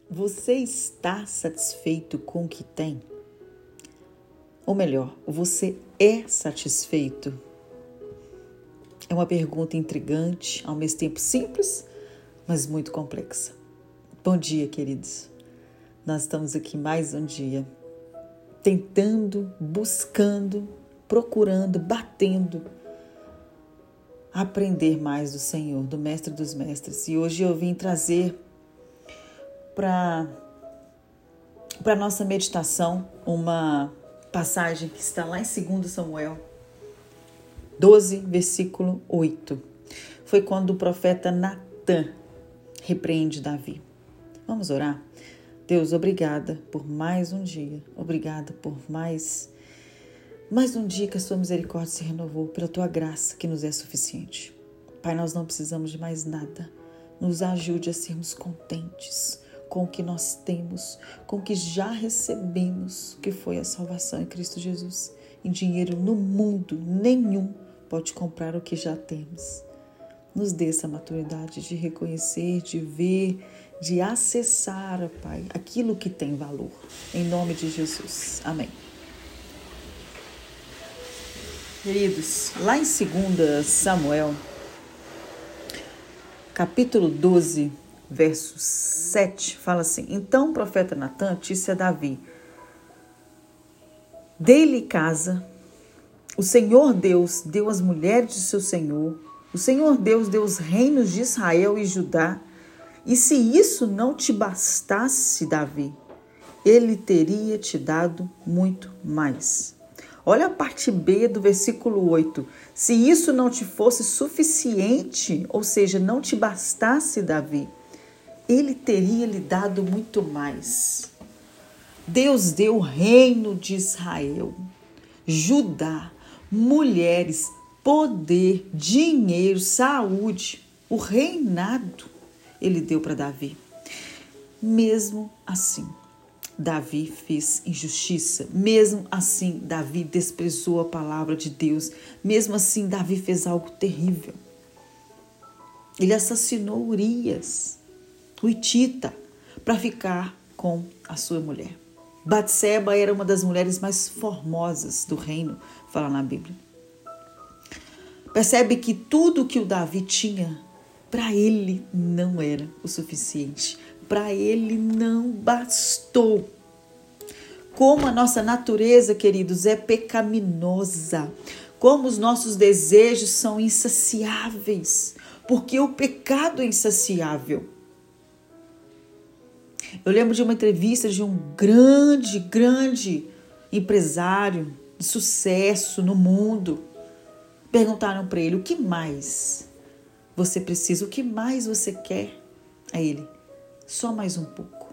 Você está satisfeito com o que tem? Ou melhor, você é satisfeito? É uma pergunta intrigante, ao mesmo tempo simples, mas muito complexa. Bom dia, queridos. Nós estamos aqui mais um dia, tentando, buscando, procurando, batendo, aprender mais do Senhor, do Mestre dos Mestres. E hoje eu vim trazer para a nossa meditação uma passagem que está lá em 2 Samuel 12, versículo 8. Foi quando o profeta Natã repreende Davi. Vamos orar? Deus, obrigada por mais um dia. Obrigada por mais um dia que a sua misericórdia se renovou, pela tua graça que nos é suficiente. Pai, nós não precisamos de mais nada. Nos ajude a sermos contentes com o que nós temos, com o que já recebemos, que foi a salvação em Cristo Jesus. Em dinheiro no mundo nenhum pode comprar o que já temos. Nos dê essa maturidade de reconhecer, de ver, de acessar, Pai, aquilo que tem valor. Em nome de Jesus. Amém. Queridos, lá em 2 Samuel, capítulo 12, verso 7, fala assim: Então o profeta Natã disse a Davi: Dê-lhe casa, o Senhor Deus deu as mulheres de seu senhor, o Senhor Deus deu os reinos de Israel e Judá, e se isso não te bastasse, Davi, ele teria te dado muito mais. Olha a parte B do versículo 8. Se isso não te fosse suficiente, ou seja, não te bastasse, Davi, ele teria lhe dado muito mais. Deus deu o reino de Israel, Judá, mulheres, poder, dinheiro, saúde, o reinado ele deu para Davi. Mesmo assim, Davi fez injustiça. Mesmo assim, Davi desprezou a palavra de Deus. Mesmo assim, Davi fez algo terrível. Ele assassinou Urias, o hitita, para ficar com a sua mulher. Batseba era uma das mulheres mais formosas do reino, fala na Bíblia. Percebe que tudo que o Davi tinha, para ele não era o suficiente. Para ele não bastou. Como a nossa natureza, queridos, é pecaminosa. Como os nossos desejos são insaciáveis. Porque o pecado é insaciável. Eu lembro de uma entrevista de um grande empresário de sucesso no mundo. Perguntaram para ele: o que mais você precisa? O que mais você quer? A ele: só mais um pouco.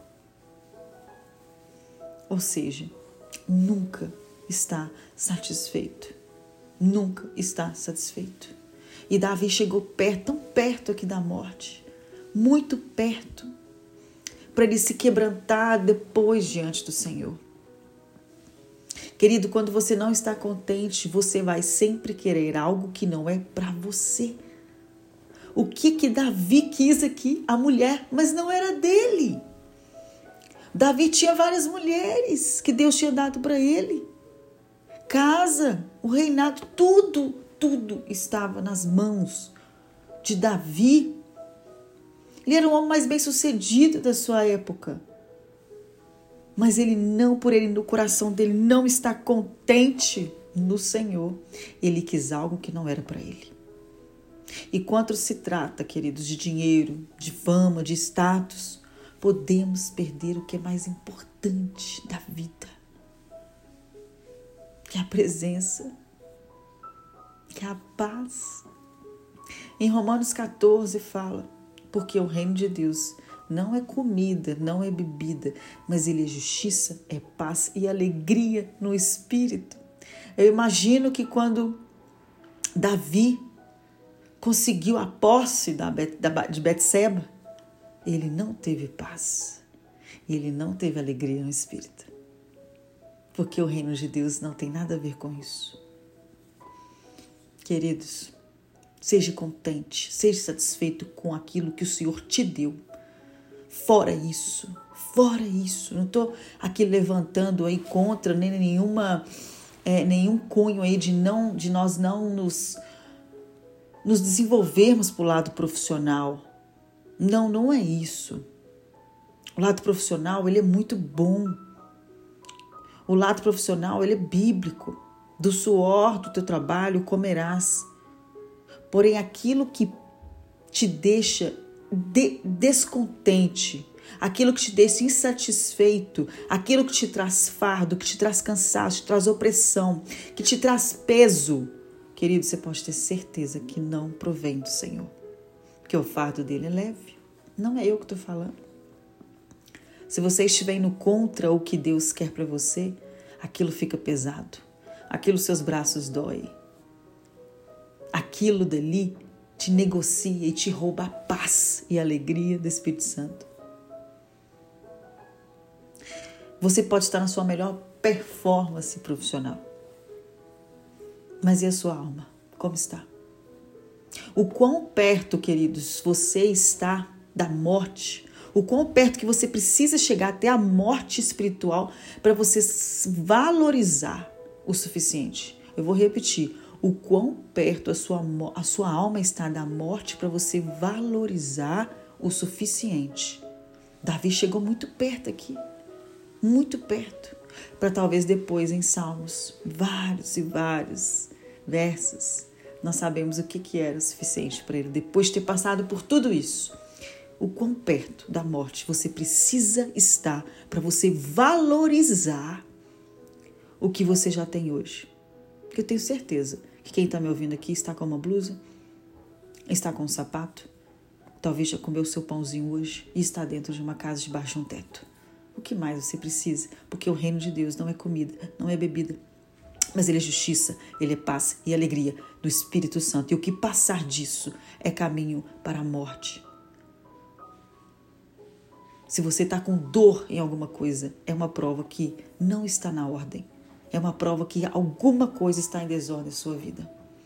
Ou seja, nunca está satisfeito. Nunca está satisfeito. E Davi chegou perto, tão perto aqui da morte, muito perto, para ele se quebrantar depois diante do Senhor. Querido, quando você não está contente, você vai sempre querer algo que não é para você. O que Davi quis aqui? A mulher, mas não era dele. Davi tinha várias mulheres que Deus tinha dado para ele. Casa, o reinado, tudo estava nas mãos de Davi. Ele era o homem mais bem sucedido da sua época. Mas ele não, por ele no coração dele não está contente no Senhor. Ele quis algo que não era para ele. E quando se trata, queridos, de dinheiro, de fama, de status, podemos perder o que é mais importante da vida. Que é a presença, que é a paz. Em Romanos 14 fala: porque o reino de Deus não é comida, não é bebida, mas ele é justiça, é paz e alegria no Espírito. Eu imagino que quando Davi conseguiu a posse de Batseba, ele não teve paz, ele não teve alegria no Espírito. Porque o reino de Deus não tem nada a ver com isso. Queridos, seja contente, seja satisfeito com aquilo que o Senhor te deu. Fora isso, Fora isso, não estou aqui levantando aí contra nem nenhum cunho aí de nós não nos desenvolvermos para o lado profissional. Não, não é isso. O lado profissional, ele é muito bom. O lado profissional, ele é bíblico. Do suor do teu trabalho comerás. Porém, aquilo que te deixa descontente, aquilo que te deixa insatisfeito, aquilo que te traz fardo, que te traz cansaço, te traz opressão, que te traz peso, querido, você pode ter certeza que não provém do Senhor. Porque o fardo dele é leve. Não é eu que estou falando. Se você estiver indo contra o que Deus quer para você, aquilo fica pesado. Aquilo seus braços doem. Aquilo dali te negocia e te rouba a paz e a alegria do Espírito Santo. Você pode estar na sua melhor performance profissional. Mas e a sua alma? Como está? O quão perto, queridos, você está da morte? O quão perto que você precisa chegar até a morte espiritual para você valorizar o suficiente? Eu vou repetir. O quão perto a sua alma está da morte para você valorizar o suficiente? Davi chegou muito perto aqui. Muito perto. Para talvez depois em Salmos, vários e vários versos, nós sabemos o que era suficiente para ele. Depois de ter passado por tudo isso, o quão perto da morte você precisa estar para você valorizar o que você já tem hoje. Porque eu tenho certeza que quem está me ouvindo aqui está com uma blusa, está com um sapato, talvez já comeu seu pãozinho hoje e está dentro de uma casa debaixo de um teto. O que mais você precisa? Porque o reino de Deus não é comida, não é bebida, mas ele é justiça, ele é paz e alegria do Espírito Santo. E o que passar disso é caminho para a morte. Se você está com dor em alguma coisa, é uma prova que não está na ordem. É uma prova que alguma coisa está em desordem na sua vida.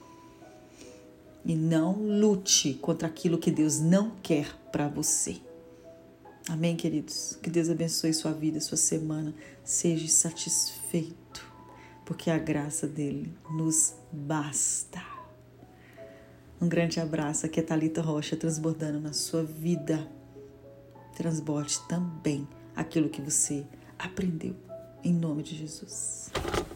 E não lute contra aquilo que Deus não quer para você. Amém, queridos? Que Deus abençoe sua vida, sua semana. Seja satisfeito, porque a graça dele nos basta. Um grande abraço. Aqui é Thalita Rocha, transbordando na sua vida. Transborde também aquilo que você aprendeu. Em nome de Jesus.